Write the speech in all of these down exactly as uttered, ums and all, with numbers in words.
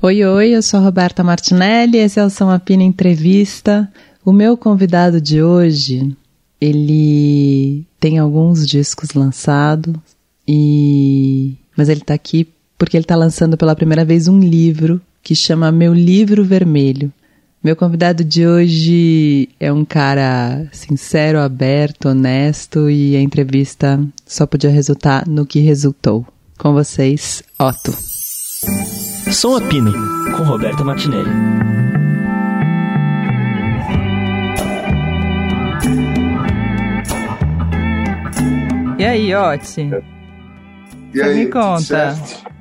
Oi, oi, eu sou a Roberta Martinelli, esse é o Som a Pino Entrevista. O meu convidado de hoje, ele tem alguns discos lançados, e... mas ele está aqui porque ele está lançando pela primeira vez um livro que chama Meu Livro Vermelho. Meu convidado de hoje é um cara sincero, aberto, honesto, e a entrevista só podia resultar no que resultou. Com vocês, Otto. Som a Pino, com Roberta Martinelli. E aí, Otti? E aí, me conta.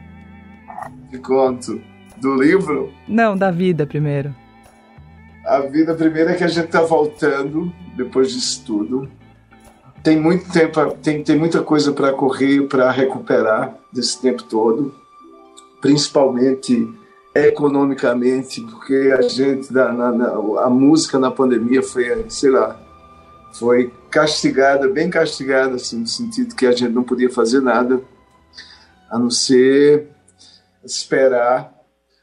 Te conto. Do livro? Não, da vida primeiro. A vida primeiro é que a gente tá voltando, depois disso tudo. Tem muito tempo, tem, tem muita coisa para correr, para recuperar desse tempo todo. Principalmente economicamente, porque a gente, na, na, a música na pandemia foi, sei lá, foi castigada, bem castigada, assim, no sentido que a gente não podia fazer nada, a não ser esperar.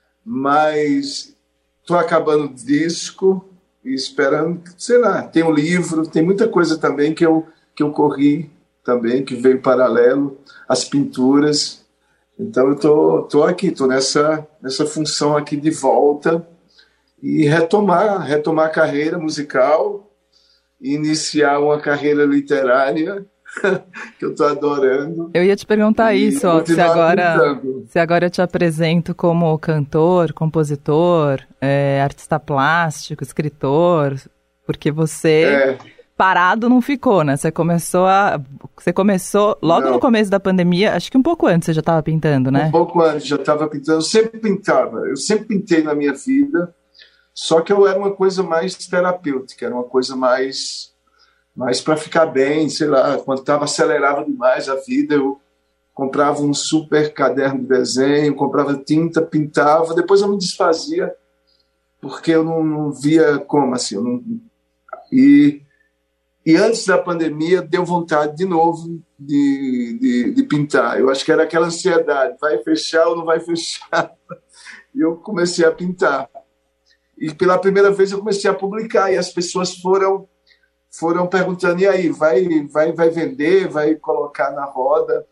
Mas estou acabando o disco e esperando, sei lá, tem um livro, tem muita coisa também que eu, que eu corri também, que veio paralelo, as pinturas. Então eu tô, tô aqui, tô nessa, nessa função aqui de volta e retomar, retomar a carreira musical, iniciar uma carreira literária, que eu tô adorando. Eu ia te perguntar isso, ó, se agora, se agora eu te apresento como cantor, compositor, é, artista plástico, escritor, porque você... É. Parado não ficou, né? Você começou a... Você começou logo não. no começo da pandemia, acho que um pouco antes você já estava pintando, né? Um pouco antes, já estava pintando. Eu sempre pintava, eu sempre pintei na minha vida, só que eu era uma coisa mais terapêutica, era uma coisa mais, mais para ficar bem, sei lá, quando estava acelerava demais a vida, eu comprava um super caderno de desenho, comprava tinta, pintava, depois eu me desfazia, porque eu não, não via como, assim, eu não... E... E antes da pandemia, deu vontade de novo de, de, de pintar. Eu acho que era aquela ansiedade, vai fechar ou não vai fechar? E eu comecei a pintar. E pela primeira vez eu comecei a publicar, e as pessoas foram, foram perguntando, e aí, vai, vai, vai vender, vai colocar na roda?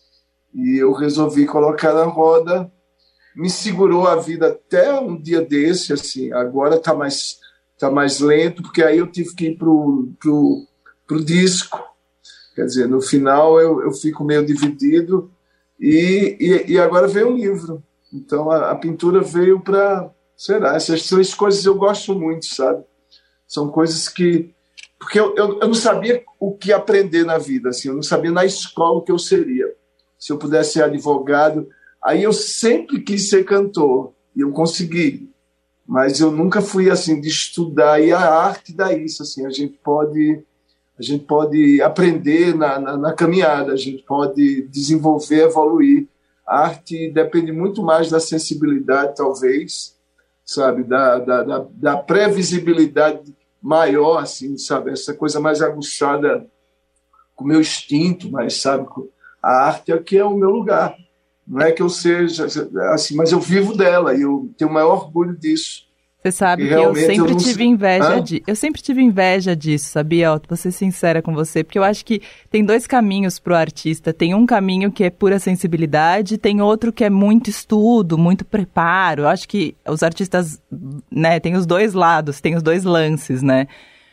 E eu resolvi colocar na roda. Me segurou a vida até um dia desse, assim, agora está mais... Está mais lento, porque aí eu tive que ir para o disco. Quer dizer, no final eu, eu fico meio dividido e, e, e agora veio o livro. Então a, a pintura veio para... Sei lá, essas três coisas eu gosto muito, sabe? São coisas que... Porque eu, eu, eu não sabia o que aprender na vida, assim, eu não sabia na escola o que eu seria. Se eu pudesse ser advogado. Aí eu sempre quis ser cantor e eu consegui. Mas eu nunca fui assim de estudar, e a arte dá isso, assim, a gente pode a gente pode aprender na, na, na caminhada, a gente pode desenvolver, evoluir. A arte depende muito mais da sensibilidade, talvez, sabe, da, da, da, da previsibilidade maior, assim, sabe, essa coisa mais aguçada com o meu instinto, mas sabe, a arte é que é o meu lugar. Não é que eu seja assim, mas eu vivo dela e eu tenho o maior orgulho disso. Você sabe que eu sempre eu não... tive inveja de, eu sempre tive inveja disso, sabia? Otto? Vou ser sincera com você, porque eu acho que tem dois caminhos para o artista. Tem um caminho que é pura sensibilidade, tem outro que é muito estudo, muito preparo. Eu acho que os artistas, né, tem os dois lados, tem os dois lances, né?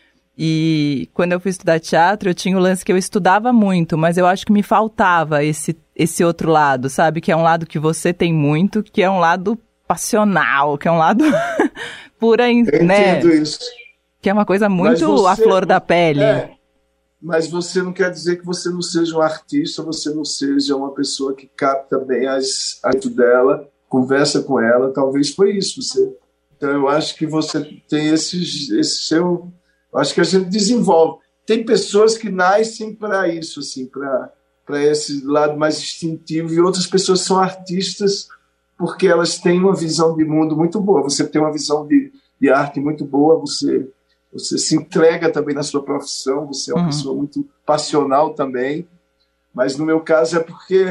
E quando eu fui estudar teatro, eu tinha o lance que eu estudava muito, mas eu acho que me faltava esse, esse outro lado, sabe? Que é um lado que você tem muito, que é um lado passional, que é um lado pura, eu né? Entendo isso. Que é uma coisa muito você, à flor da pele. É, mas você não quer dizer que você não seja um artista, você não seja uma pessoa que capta bem as arte dela, conversa com ela, talvez foi isso. Você. Então eu acho que você tem esse, esse seu... Acho que a gente desenvolve. Tem pessoas que nascem para isso, assim, para esse lado mais instintivo, e outras pessoas são artistas porque elas têm uma visão de mundo muito boa. Você tem uma visão de, de arte muito boa, você, você se entrega também na sua profissão, você é uma uhum. pessoa muito passional também, mas no meu caso é porque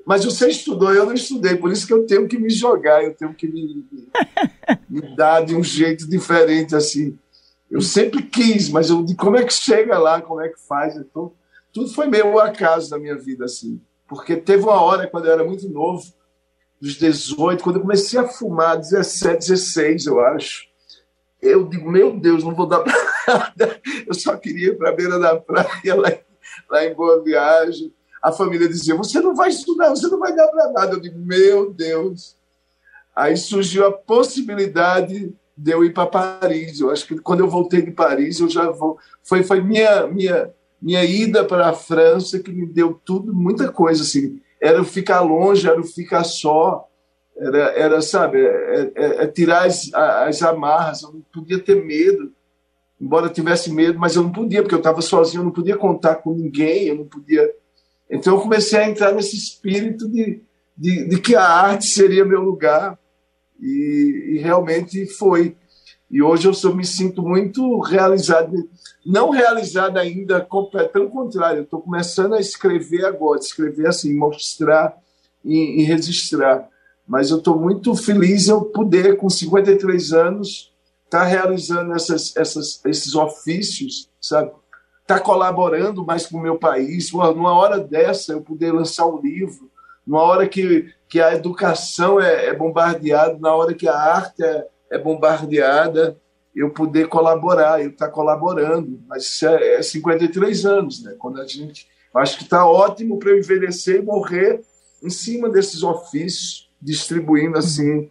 Mas você estudou, eu não estudei, por isso que eu tenho que me jogar, eu tenho que me, me, me dar de um jeito diferente, assim. Eu sempre quis, mas eu, como é que chega lá, como é que faz? Então, tudo foi meio acaso na minha vida, assim. Porque teve uma hora, quando eu era muito novo, dos dezoito, quando eu comecei a fumar, dezessete, dezesseis, eu acho, eu digo, meu Deus, não vou dar pra nada. Eu só queria ir para a beira da praia, lá, lá em Boa Viagem. A família dizia, você não vai estudar, você não vai dar para nada. Eu digo, meu Deus. Aí surgiu a possibilidade de eu ir para Paris. Eu acho que quando eu voltei de Paris, eu já vou... Foi, foi minha, minha, minha ida para a França que me deu tudo, muita coisa, assim. Era o ficar longe, era o ficar só, era, era sabe, é, é, é tirar as, as amarras. Eu não podia ter medo, embora eu tivesse medo, mas eu não podia, porque eu estava sozinho, eu não podia contar com ninguém, eu não podia... Então eu comecei a entrar nesse espírito de, de, de que a arte seria meu lugar, e, e realmente foi. E hoje eu só me sinto muito realizado, não realizado ainda, pelo contrário, eu estou começando a escrever agora, escrever assim, mostrar e, e registrar. Mas eu estou muito feliz eu poder, com cinquenta e três anos, estar tá realizando essas, essas, esses ofícios, sabe? Estar tá colaborando mais com o meu país. Numa hora dessa, eu poder lançar um livro, numa hora que, que a educação é, é bombardeada, na hora que a arte é, é bombardeada, eu poder colaborar, eu estar tá colaborando. Mas isso é, é cinquenta e três anos, né? Quando a gente... Acho que está ótimo para eu envelhecer e morrer em cima desses ofícios, distribuindo assim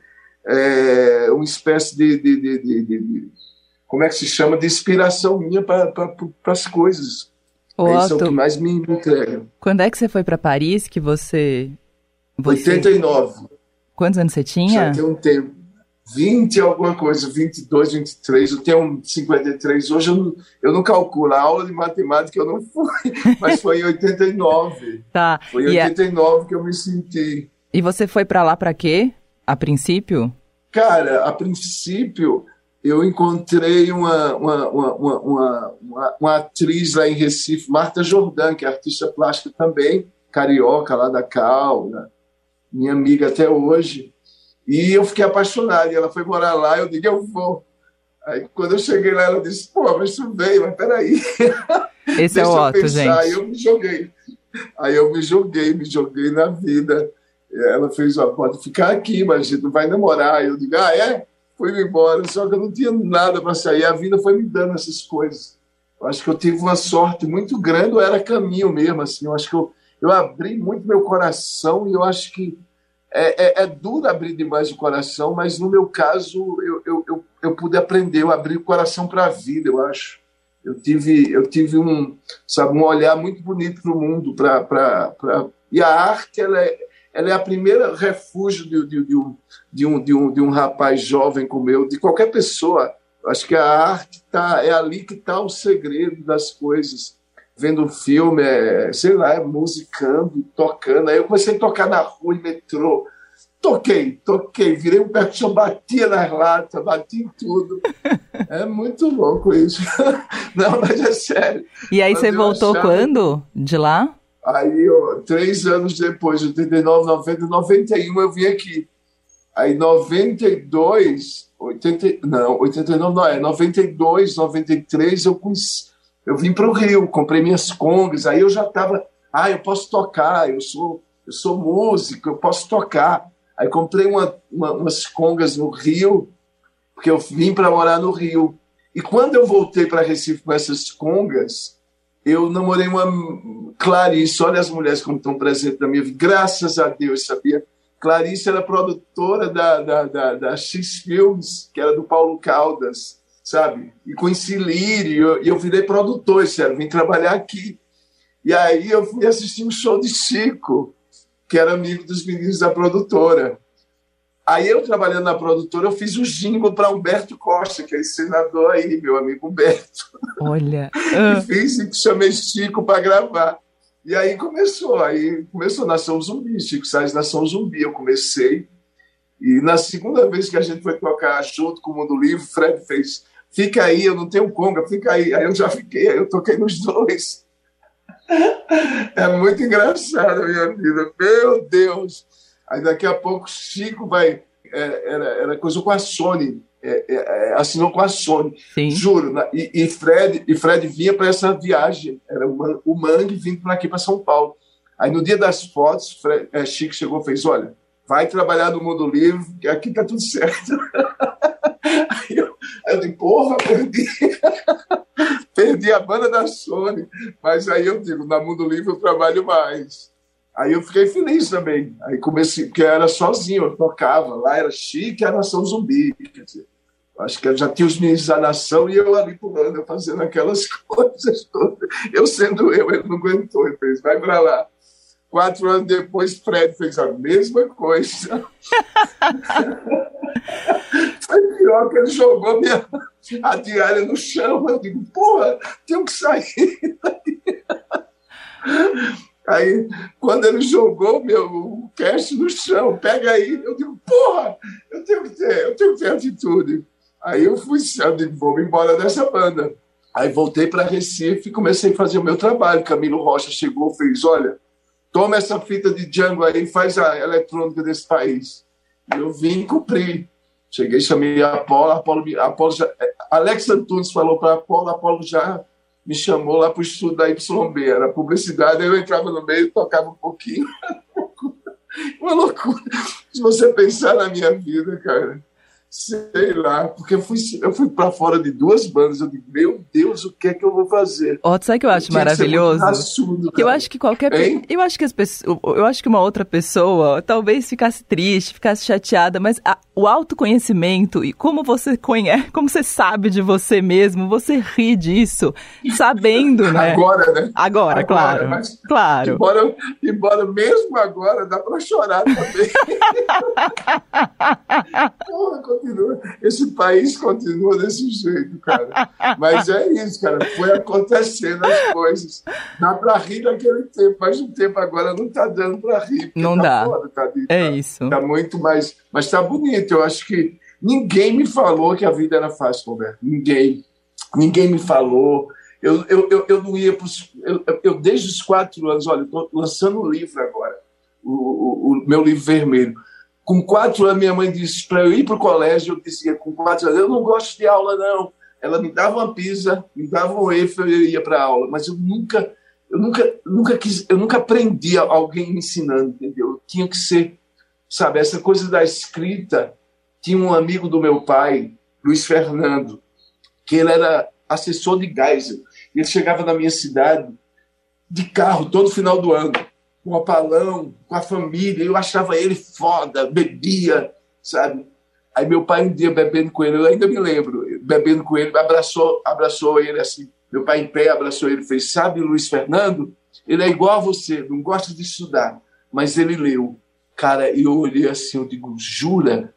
é, uma espécie de, de, de, de, de, de como é que se chama, de inspiração minha para pra, as coisas. Ô, é Otto, isso é o que mais me entrega. Quando é que você foi para Paris que você, você... oitenta e nove. Quantos anos você tinha? Já tem um tempo. vinte alguma coisa, vinte e dois, vinte e três, eu tenho cinquenta e três. Hoje eu não, eu não calculo, a aula de matemática eu não fui, mas foi em oitenta e nove. Tá. Foi em oitenta e nove a... que eu me senti. E você foi para lá para quê, a princípio? Cara, a princípio eu encontrei uma, uma, uma, uma, uma, uma atriz lá em Recife, Marta Jordan, que é artista plástica também, carioca lá da Cal, né? Minha amiga até hoje. E eu fiquei apaixonado, e ela foi morar lá, eu digo, eu vou. Aí quando eu cheguei lá, ela disse, pô, mas tu veio, mas peraí. Esse é o Otto, gente. Aí eu me joguei. Aí eu me joguei, me joguei na vida. Ela fez, ó, pode ficar aqui, mas a gente não vai namorar. Eu digo, ah, é? Fui embora, só que eu não tinha nada para sair. A vida foi me dando essas coisas. Eu acho que eu tive uma sorte muito grande, ou era caminho mesmo, assim. Eu acho que eu, eu abri muito meu coração, e eu acho que É, é, é duro abrir demais o coração, mas no meu caso eu, eu, eu, eu pude aprender, eu abri o coração para a vida, eu acho. Eu tive, eu tive um, sabe, um olhar muito bonito para o mundo. Pra, pra, pra... E a arte ela é, ela é a primeira refúgio de, de, de, um, de, um, de, um, de um rapaz jovem como eu, de qualquer pessoa. Eu acho que a arte tá, é ali que está o segredo das coisas. Vendo um filme, é, sei lá, musicando, tocando. Aí eu comecei a tocar na rua, em metrô. Toquei, toquei, virei um percussão, batia nas latas, bati em tudo. É muito louco isso. Não, mas é sério. E aí mas você voltou achava... quando? De lá? Aí, ó, três anos depois, oitenta e nove, noventa, noventa e um, eu vim aqui. Aí, noventa e dois, oitenta, não, oitenta e nove, não, é noventa e dois, noventa e três, eu conheci. Eu vim para o Rio, comprei minhas congas, aí eu já estava, ah, eu posso tocar, eu sou, eu sou músico, eu posso tocar. Aí comprei uma, uma, umas congas no Rio, porque eu vim para morar no Rio. E quando eu voltei para Recife com essas congas, eu namorei uma Clarice, olha as mulheres como estão presentes na minha vida, graças a Deus, sabia? Clarice era produtora da, da, da, da X Filmes, que era do Paulo Caldas, sabe? E conheci Lírio, e eu virei produtor, sério, vim trabalhar aqui. E aí eu fui assistir um show de Chico, que era amigo dos meninos da produtora. Aí eu, trabalhando na produtora, eu fiz o jingle para Humberto Costa, que é esse senador aí, meu amigo Humberto. Olha! Uh. E fiz e chamei Chico para gravar. E aí começou, aí começou Nação Zumbi, Chico Sainz Nação Zumbi, eu comecei. E na segunda vez que a gente foi tocar junto com o Mundo Livre, o Fred fez... Fica aí, eu não tenho conga, fica aí. Aí eu já fiquei, aí eu toquei nos dois. É muito engraçado a minha vida, meu Deus. Aí daqui a pouco Chico vai, é, era, era coisa com a Sony, é, é, assinou com a Sony, Sim. Juro, né? e, e, Fred, e Fred vinha para essa viagem, era o, o Mangue vindo para aqui para São Paulo. Aí no dia das fotos, Fred, é, Chico chegou e fez, olha, vai trabalhar no Mundo Livre, que aqui tá tudo certo. Aí eu, aí eu digo, porra, perdi. Perdi a banda da Sony. Mas aí eu digo, na Mundo Livre eu trabalho mais. Aí eu fiquei feliz também. Aí comecei, porque eu era sozinho, eu tocava. Lá era Chico e a Nação Zumbi. Quer dizer, acho que eu já tinha os meninos da Nação e eu ali pulando, eu fazendo aquelas coisas todas. Eu sendo eu, ele não aguentou. Ele fez, vai pra lá. Quatro anos depois, Fred fez a mesma coisa. Foi pior que ele jogou minha, a diária no chão. Eu digo, porra, tenho que sair daqui. Aí, quando ele jogou meu cash no chão, pega aí. Eu digo, porra, eu tenho que ter, eu tenho que ter atitude. Aí eu fui, eu digo, vou me embora dessa banda. Aí voltei para Recife e comecei a fazer o meu trabalho. Camilo Rocha chegou e fez, olha, toma essa fita de Django aí e faz a eletrônica desse país. E eu vim e cumpri. Cheguei, chamei a Apolo, a Apolo, a Apolo já, Alex Antunes falou para a Apolo, a Apolo já me chamou lá para o estúdio da Y B, era publicidade, eu entrava no meio e tocava um pouquinho. Uma loucura. Se você pensar na minha vida, cara, sei lá, porque eu fui, eu fui para fora de duas bandas, eu digo, meu Deus, o que é que eu vou fazer? Ó, sabe o que eu acho maravilhoso? Raçudo, eu acho que qualquer pe... eu acho que as pessoas, eu acho que uma outra pessoa talvez ficasse triste, ficasse chateada, mas a... o autoconhecimento e como você conhece, como você sabe de você mesmo, você ri disso, sabendo, né? Agora, né? Agora, agora claro. Mas, claro. Embora, embora mesmo agora dá para chorar também. Porra, continua. Esse país continua desse jeito, cara. Mas é isso, cara. Foi acontecendo as coisas. Dá para rir naquele tempo, mas o tempo agora não está dando para rir. Não tá dá. Fora, tá, é tá, isso. Tá muito mais. Mas tá bonito. Eu acho que ninguém me falou que a vida era fácil, Roberto. Ninguém. Ninguém me falou. Eu, eu, eu, eu não ia para eu, eu, desde os quatro anos, olha, estou lançando um livro agora, o, o, o meu livro vermelho. Com quatro anos, minha mãe disse para eu ir para o colégio, eu dizia, com quatro anos, eu não gosto de aula, não. Ela me dava uma pizza, me dava um wafer e eu ia para a aula. Mas eu nunca, eu nunca, nunca quis, eu nunca aprendi alguém me ensinando, entendeu? Eu tinha que ser, sabe, essa coisa da escrita. Tinha um amigo do meu pai, Luiz Fernando, que ele era assessor de Geisel. Ele chegava na minha cidade de carro todo final do ano, com o Apalão, com a família. Eu achava ele foda, bebia, sabe? Aí meu pai um dia bebendo com ele, eu ainda me lembro, bebendo com ele, abraçou, abraçou ele assim. Meu pai em pé abraçou ele e fez, sabe, Luiz Fernando? Ele é igual a você, não gosta de estudar, mas ele leu. Cara, e eu olhei assim, eu digo, jura?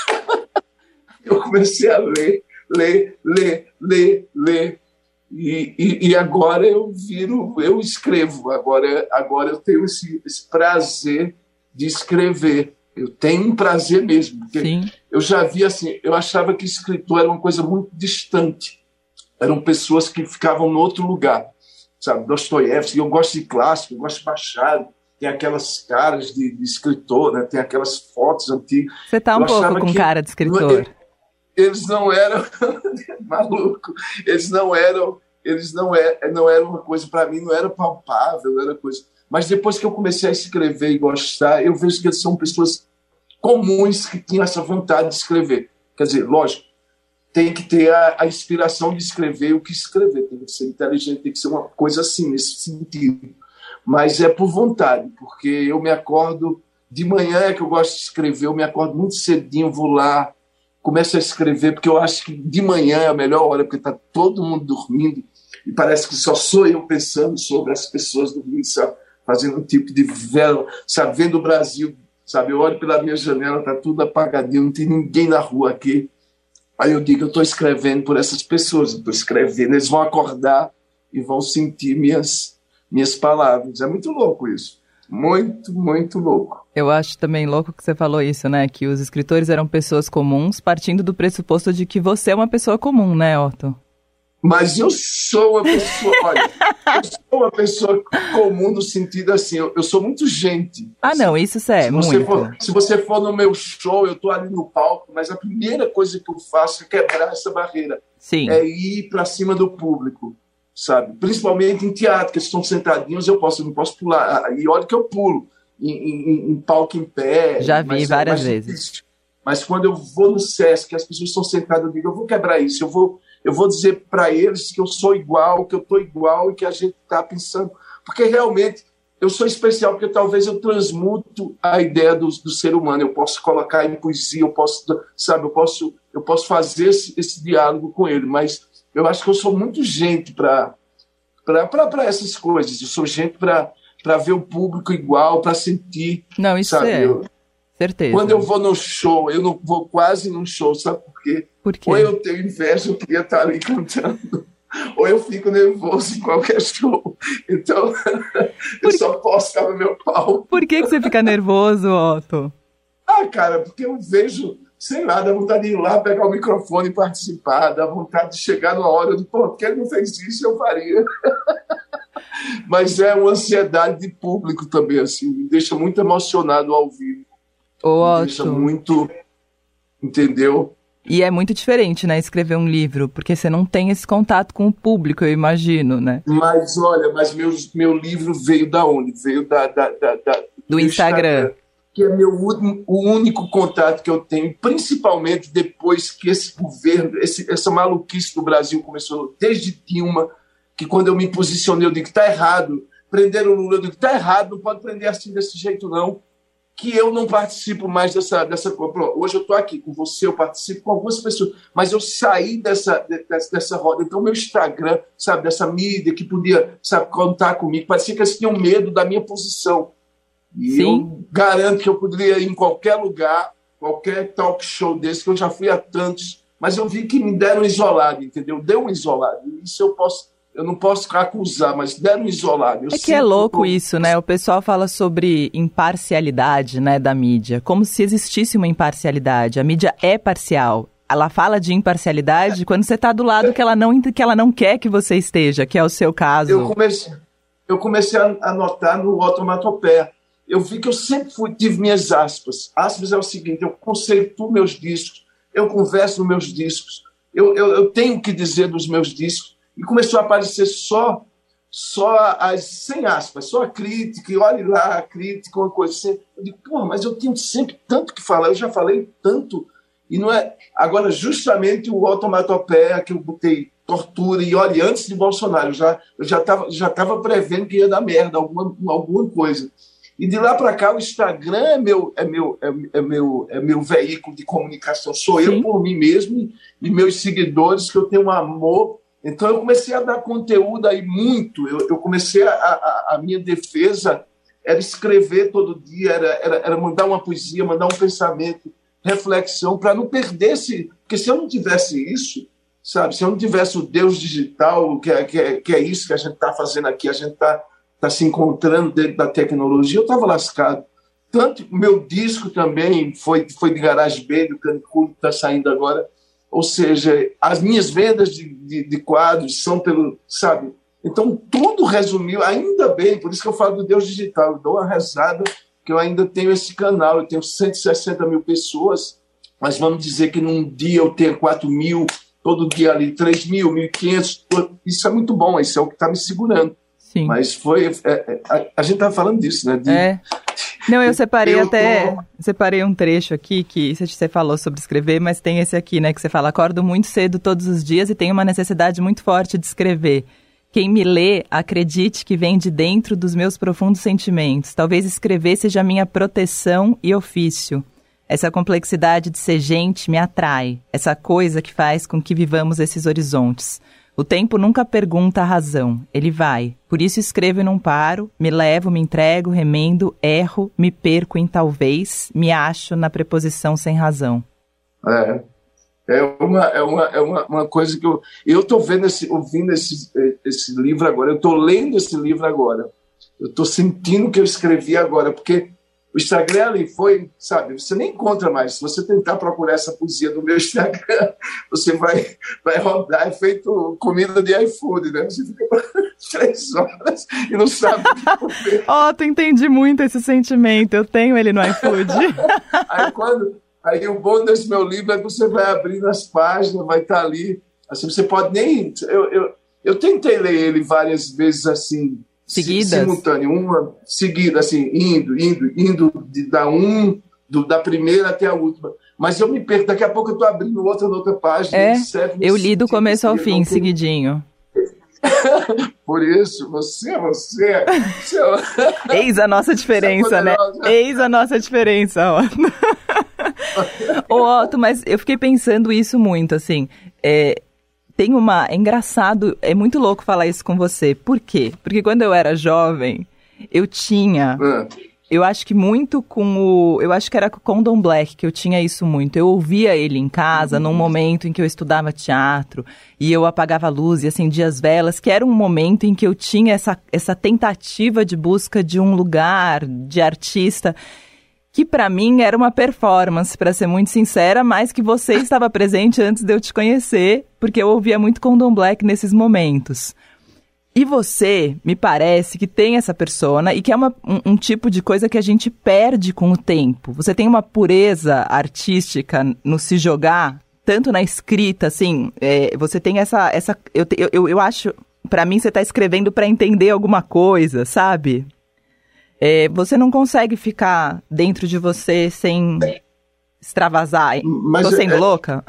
Eu comecei a ler, ler, ler, ler, ler. E, e, e agora eu viro, eu escrevo, agora, agora eu tenho esse, esse prazer de escrever. Eu tenho um prazer mesmo, porque Sim. eu já vi assim, eu achava que escritor era uma coisa muito distante. Eram pessoas que ficavam em outro lugar, sabe? Dostoiévski, eu gosto de clássico, eu gosto de Machado, tem aquelas caras de, de escritor, né? Tem aquelas fotos antigas. Você está um eu pouco com cara de escritor. Eles não eram maluco, eles não eram, eles não eram, não eram uma coisa para mim, não era palpável, não era coisa. Mas depois que eu comecei a escrever e gostar, eu vejo que eles são pessoas comuns que tinham essa vontade de escrever. Quer dizer, lógico, tem que ter a, a inspiração de escrever o que escrever, tem que ser inteligente, tem que ser uma coisa assim, nesse sentido. Mas é por vontade, porque eu me acordo, de manhã é que eu gosto de escrever, eu me acordo muito cedinho, vou lá, começo a escrever, porque eu acho que de manhã é a melhor hora, porque está todo mundo dormindo, e parece que só sou eu pensando sobre as pessoas dormindo, sabe? Fazendo um tipo de vela, sabe? Vendo o Brasil, sabe? Eu olho pela minha janela, está tudo apagadinho, não tem ninguém na rua aqui. Aí eu digo, eu estou escrevendo por essas pessoas, estou escrevendo, eles vão acordar e vão sentir minhas, minhas palavras. É muito louco isso. Muito, muito louco. Eu acho também louco que você falou isso, né? Que os escritores eram pessoas comuns, partindo do pressuposto de que você é uma pessoa comum, né, Otto? Mas eu sou uma pessoa, olha, eu sou uma pessoa comum no sentido assim, eu, eu sou muito gente. Ah, não, isso é se muito. Você for, se você for no meu show, eu tô ali no palco, mas a primeira coisa que eu faço é quebrar essa barreira. Sim. É ir para cima do público, sabe? Principalmente em teatro, que eles estão sentadinhos, eu posso, eu não posso pular. E olha que eu pulo em, em, em palco em pé. Já vi mas, várias mas, vezes. Mas quando eu vou no Sesc, que as pessoas estão sentadas, eu digo, eu vou quebrar isso, eu vou... Eu vou dizer para eles que eu sou igual, que eu estou igual e que a gente está pensando. Porque realmente eu sou especial, porque talvez eu transmuto a ideia do, do ser humano. Eu posso colocar em poesia, eu posso, sabe, eu posso, eu posso fazer esse, esse diálogo com ele. Mas eu acho que eu sou muito gente para essas coisas. Eu sou gente para ver o público igual, para sentir. Não, isso sabe, é. Eu, certeza. Quando eu vou no show, eu não vou quase num show, sabe por quê? Por quê? Ou eu tenho inveja, eu queria estar ali cantando, ou eu fico nervoso em qualquer show. Então, eu só posso ficar no meu pau. Por que, que você fica nervoso, Otto? Ah, cara, porque eu vejo, sei lá, dá vontade de ir lá, pegar o microfone e participar, dá vontade de chegar numa hora, eu digo, pô, porque ele não fez isso, eu faria. Mas é uma ansiedade de público também, assim, me deixa muito emocionado ao vivo. Ô, me deixa muito, entendeu? E é muito diferente, né, escrever um livro, porque você não tem esse contato com o público, eu imagino, né? Mas, olha, mas meu, meu livro veio da onde? Veio da, da, da, da do Instagram. Instagram. Que é meu, o único contato que eu tenho, principalmente depois que esse governo, esse, essa maluquice do Brasil começou, desde Dilma, que quando eu me posicionei, eu digo que está errado, prenderam o Lula, eu digo que está errado, não pode prender assim desse jeito, não. Que eu não participo mais dessa, dessa coisa. Hoje eu estou aqui com você, eu participo com algumas pessoas, mas eu saí dessa, dessa, dessa roda. Então, meu Instagram, sabe, dessa mídia que podia, sabe, contar comigo, parecia que eles tinham medo da minha posição. E Sim. eu garanto que eu poderia ir em qualquer lugar, qualquer talk show desse, que eu já fui a tantos, mas eu vi que me deram isolado, entendeu? Deu um isolado. Isso eu posso... Eu não posso acusar, mas deram isolado. Eu é que é louco tô... isso, né? O pessoal fala sobre imparcialidade, né, da mídia, como se existisse uma imparcialidade. A mídia é parcial. Ela fala de imparcialidade é. quando você está do lado é. que, ela não, que ela não quer que você esteja, que é o seu caso. Eu comecei, eu comecei a notar no Otomatopeia. Eu vi que eu sempre fui, tive minhas aspas. Aspas é o seguinte, eu conceituo meus discos, eu converso nos meus discos, eu, eu, eu tenho o que dizer dos meus discos. E começou a aparecer só, só as, sem aspas, só a crítica, e olhe lá, a crítica, uma coisa assim. Eu digo, porra, mas eu tenho sempre tanto que falar, eu já falei tanto. E não é... Agora, justamente o Otomatopeia, que eu botei tortura, e olha, antes de Bolsonaro, eu já eu já estava já tava prevendo que ia dar merda, alguma, alguma coisa. E de lá para cá, o Instagram é meu, é meu, é, é meu, é meu veículo de comunicação. Sou Sim. eu por mim mesmo e meus seguidores, que eu tenho um amor. Então, eu comecei a dar conteúdo aí muito. Eu, eu comecei a, a, a minha defesa era escrever todo dia, era, era, era mandar uma poesia, mandar um pensamento, reflexão, para não perder esse... Porque se eu não tivesse isso, sabe? Se eu não tivesse o Deus digital, que é, que é, que é isso que a gente está fazendo aqui, a gente está tá se encontrando dentro da tecnologia, eu estava lascado. Tanto meu disco também foi, foi de Garage Band, do Canicule, que está saindo agora. Ou seja, as minhas vendas de, de, de quadros são pelo, sabe? Então, tudo resumiu, ainda bem, por isso que eu falo do Deus Digital, eu dou uma rezada que eu ainda tenho esse canal, eu tenho cento e sessenta mil pessoas, mas vamos dizer que num dia eu tenho quatro mil, todo dia ali três mil, mil e quinhentos, isso é muito bom, isso é o que está me segurando. Sim. Mas foi, é, é, a, a gente estava falando disso, né? De, é. Não, eu separei eu até, tô... separei um trecho aqui que você falou sobre escrever, mas tem esse aqui, né, que você fala, acordo muito cedo todos os dias e tenho uma necessidade muito forte de escrever. Quem me lê, acredite que vem de dentro dos meus profundos sentimentos. Talvez escrever seja minha proteção e ofício. Essa complexidade de ser gente me atrai, essa coisa que faz com que vivamos esses horizontes. O tempo nunca pergunta a razão, ele vai. Por isso escrevo e não paro, me levo, me entrego, remendo, erro, me perco em talvez, me acho na preposição sem razão. É, é, uma, é, uma, é uma, uma coisa que eu... Eu estou vendo esse, ouvindo esse, esse livro agora, eu estou lendo esse livro agora. Eu estou sentindo o que eu escrevi agora, porque o Instagram ali foi, sabe, você nem encontra mais. Se você tentar procurar essa poesia no meu Instagram, você vai, vai rodar, é feito comida de iFood, né? Você fica três horas e não sabe o que comer. Ó, oh, tu entendi muito esse sentimento, eu tenho ele no iFood. Aí, quando, aí o bom desse meu livro é que você vai abrindo as páginas, vai estar ali, assim, você pode nem... Eu, eu, eu tentei ler ele várias vezes, assim, seguidas? Simultâneo, uma seguida, assim, indo, indo, indo de, da um, do, da primeira até a última. Mas eu me perco, daqui a pouco eu estou abrindo outra outra página. É, eu li do começo ao fim, seguidinho. Por isso, você, você... você... Eis a nossa diferença, né? Eis a nossa diferença, ó. Ô, Otto, mas eu fiquei pensando isso muito, assim, é... Tem uma... É engraçado, é muito louco falar isso com você. Por quê? Porque quando eu era jovem, eu tinha... É. Eu acho que muito com o... Eu acho que era com o Condom Black que eu tinha isso muito. Eu ouvia ele em casa, uhum. num momento em que eu estudava teatro, e eu apagava a luz e acendia as velas, que era um momento em que eu tinha essa, essa tentativa de busca de um lugar, de artista... que para mim era uma performance, para ser muito sincera, mas que você estava presente antes de eu te conhecer, porque eu ouvia muito Condom Black nesses momentos. E você, me parece, que tem essa persona e que é uma, um, um tipo de coisa que a gente perde com o tempo. Você tem uma pureza artística no se jogar, tanto na escrita, assim, é, você tem essa... essa eu, eu, eu acho, para mim, você está escrevendo para entender alguma coisa, sabe? É, você não consegue ficar dentro de você sem extravasar. Mas tô sendo é, louca?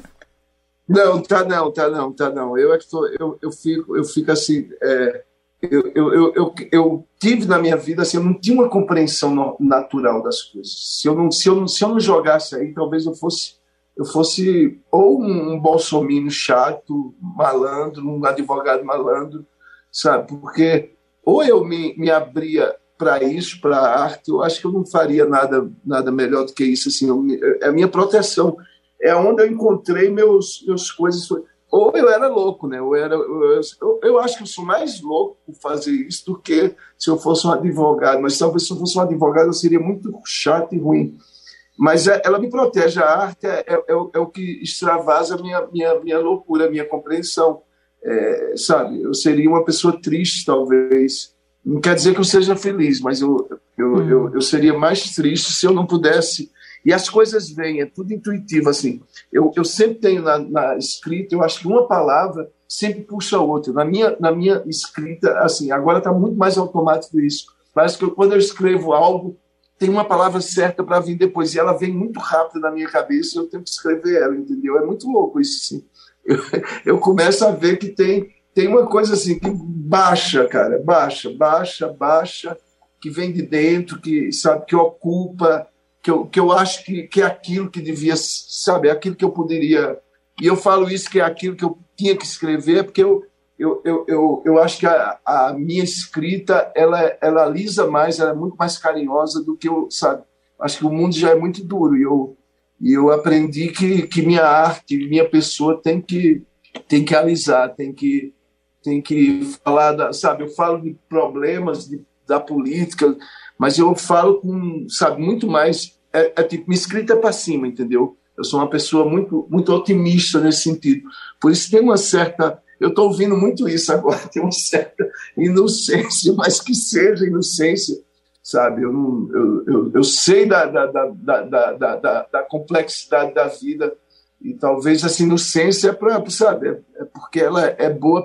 Não, tá não, tá não, tá não. Eu é que tô, eu, eu fico, eu fico assim. É, eu, eu, eu, eu, eu tive na minha vida assim, eu não tinha uma compreensão no, natural das coisas. Se eu não, se eu não, se eu não jogasse aí, talvez eu fosse, eu fosse ou um, um bolsominion chato, malandro, um advogado malandro, sabe? Porque ou eu me, me abria para isso, para a arte, eu acho que eu não faria nada, nada melhor do que isso. Assim, eu, é a minha proteção, é onde eu encontrei meus, meus coisas. Ou eu era louco, né? Eu, era, eu, eu, eu acho que eu sou mais louco por fazer isso do que se eu fosse um advogado, mas talvez se eu fosse um advogado eu seria muito chato e ruim. Mas é, ela me protege, a arte é, é, é, é o que extravasa a minha, minha, minha loucura, a minha compreensão. É, sabe, eu seria uma pessoa triste, talvez. Não quer dizer que eu seja feliz, mas eu, eu, hum. eu, eu seria mais triste se eu não pudesse. E as coisas vêm, é tudo intuitivo, assim. Eu, eu sempre tenho na, na escrita, eu acho que uma palavra sempre puxa a outra. Na minha, na minha escrita, assim, agora está muito mais automático isso. Parece que eu, quando eu escrevo algo, tem uma palavra certa para vir depois, e ela vem muito rápido na minha cabeça e eu tenho que escrever ela, entendeu? É muito louco isso, assim. Eu, eu começo a ver que tem... Tem uma coisa assim que baixa, cara, baixa, baixa, baixa, que vem de dentro, que, sabe, que ocupa, que eu, que eu acho que, que é aquilo que devia, sabe, é aquilo que eu poderia... E eu falo isso, que é aquilo que eu tinha que escrever, porque eu, eu, eu, eu, eu acho que a, a minha escrita, ela, ela lisa mais, ela é muito mais carinhosa do que eu, sabe, acho que o mundo já é muito duro, e eu, e eu aprendi que, que minha arte, minha pessoa tem que, tem que alisar, tem que... tem que falar, da, sabe, eu falo de problemas de, da política, mas eu falo com, sabe, muito mais, é, é tipo, minha escrita é para cima, entendeu? Eu sou uma pessoa muito, muito otimista nesse sentido. Por isso tem uma certa, eu estou ouvindo muito isso agora, tem uma certa inocência, mas que seja inocência, sabe? Eu, não, eu, eu, eu sei da, da, da, da, da, da, da complexidade da vida. E talvez essa inocência é para, sabe, é, é porque ela é boa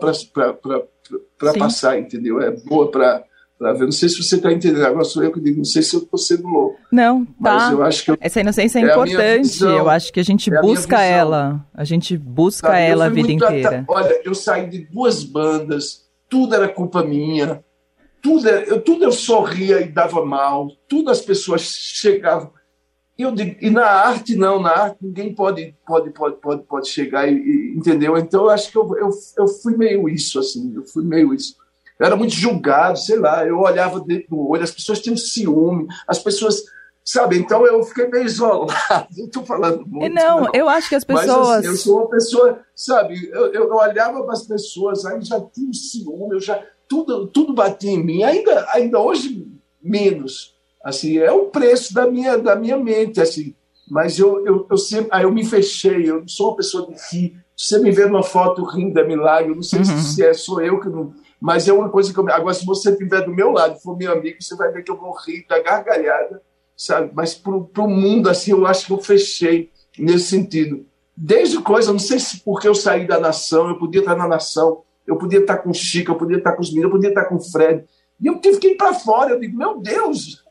para passar, entendeu? É boa para ver. Não sei se você está entendendo, agora sou eu que digo, não sei se eu estou sendo louco. Não, tá. Mas eu acho que eu, essa inocência é, é importante, visão, eu acho que a gente é busca a ela, a gente busca sabe, ela a vida inteira. Olha, eu saí de duas bandas, tudo era culpa minha, tudo, era, eu, tudo eu sorria e dava mal, tudo as pessoas chegavam. Eu digo, e na arte, não, na arte ninguém pode, pode, pode, pode, pode chegar, e, e, entendeu? Então eu acho que eu, eu, eu fui meio isso, assim, eu fui meio isso. Eu era muito julgado, sei lá, eu olhava dentro do olho, as pessoas tinham ciúme, as pessoas, sabe? Então eu fiquei meio isolado, não estou falando muito. Não, não, eu acho que as pessoas... Mas assim, eu sou uma pessoa, sabe, eu, eu olhava para as pessoas, aí já tinha ciúme, eu já, tudo, tudo batia em mim, ainda, ainda hoje menos. Assim, é o preço da minha, da minha mente, assim. Mas eu, eu, eu sempre... Aí eu me fechei, eu não sou uma pessoa de rir. Se você me ver numa foto rindo é milagre, eu não sei uhum. se é, sou eu que não... Mas é uma coisa que eu... Agora, se você estiver do meu lado, for meu amigo, você vai ver que eu vou rir da gargalhada, sabe? Mas pro, pro mundo, assim, eu acho que eu fechei nesse sentido. Desde coisa, não sei se porque eu saí da Nação, eu podia estar na Nação, eu podia estar com o Chico, eu podia estar com os meninos, eu podia estar com o Fred, e eu tive que ir para fora. Eu digo, meu Deus!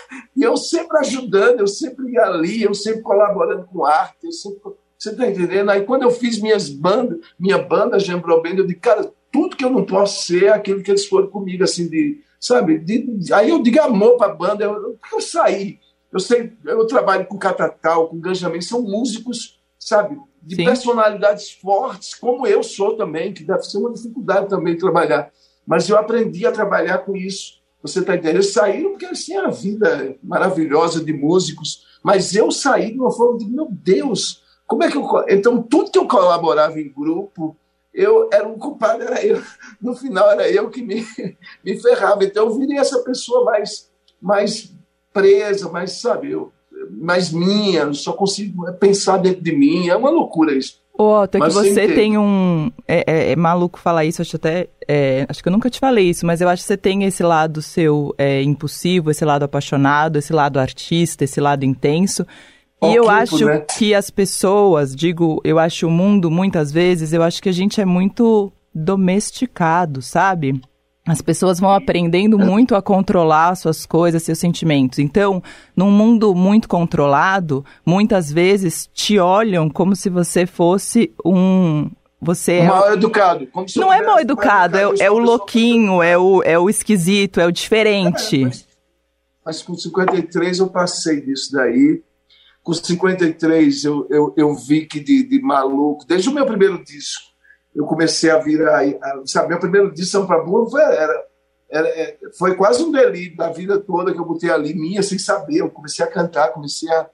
E eu sempre ajudando, eu sempre ia ali, eu sempre colaborando com arte, eu sempre... Você está entendendo? Aí quando eu fiz minhas bandas, minha banda, Gembrol Band, eu digo, cara, tudo que eu não posso ser é aquilo que eles foram comigo, assim, de, sabe? De, de, aí eu digo amor para a banda, eu, eu, eu saí. Eu sei, eu trabalho com Catatal, com Ganjamin, são músicos, sabe? De Sim. personalidades fortes, como eu sou também, que deve ser uma dificuldade também trabalhar. Mas eu aprendi a trabalhar com isso. Você está entendendo? Eles saíram porque eles tinham a vida maravilhosa de músicos, mas eu saí de uma forma de, meu Deus, como é que eu... Então, tudo que eu colaborava em grupo, eu era um culpado, era eu. No final, era eu que me, me ferrava. Então, eu virei essa pessoa mais, mais presa, mais, sabe, eu, mais minha, eu só consigo pensar dentro de mim. É uma loucura isso. Ô, Otto, é que você tem, tem um... É, é, é maluco falar isso, acho até... É, acho que eu nunca te falei isso, mas eu acho que você tem esse lado seu é, impulsivo, esse lado apaixonado, esse lado artista, esse lado intenso. E eu acho né? que as pessoas, digo, eu acho o mundo, muitas vezes, eu acho que a gente é muito domesticado, sabe? As pessoas vão aprendendo muito a controlar suas coisas, seus sentimentos. Então, num mundo muito controlado, muitas vezes te olham como se você fosse um... Você mal é... educado. Como se não é mal educado, é, é o louquinho, é o, é o esquisito, é o diferente. É, mas, mas com cinquenta e três eu passei disso daí. Com cinquenta e três eu, eu, eu vi que de, de maluco, desde o meu primeiro disco, eu comecei a virar, sabe, meu primeiro disco, São Paulo, foi, era, era, foi quase um delírio da vida toda que eu botei ali, minha, sem saber, eu comecei a cantar, comecei a...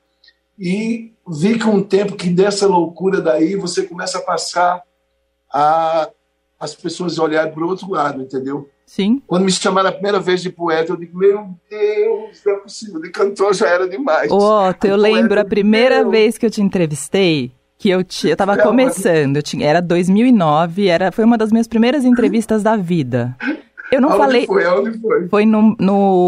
E vi que um tempo que dessa loucura daí, você começa a passar a, as pessoas olharem para o outro lado, entendeu? Sim. Quando me chamaram a primeira vez de poeta, eu digo, meu Deus, não é possível, de cantor já era demais. Ô, Otto, eu lembro poeta, a primeira meu... vez que eu te entrevistei, que eu, te, eu tava não, começando, eu tinha, era dois mil e nove, era, foi uma das minhas primeiras entrevistas da vida. Eu não Aonde falei... foi? Aonde foi? Foi no,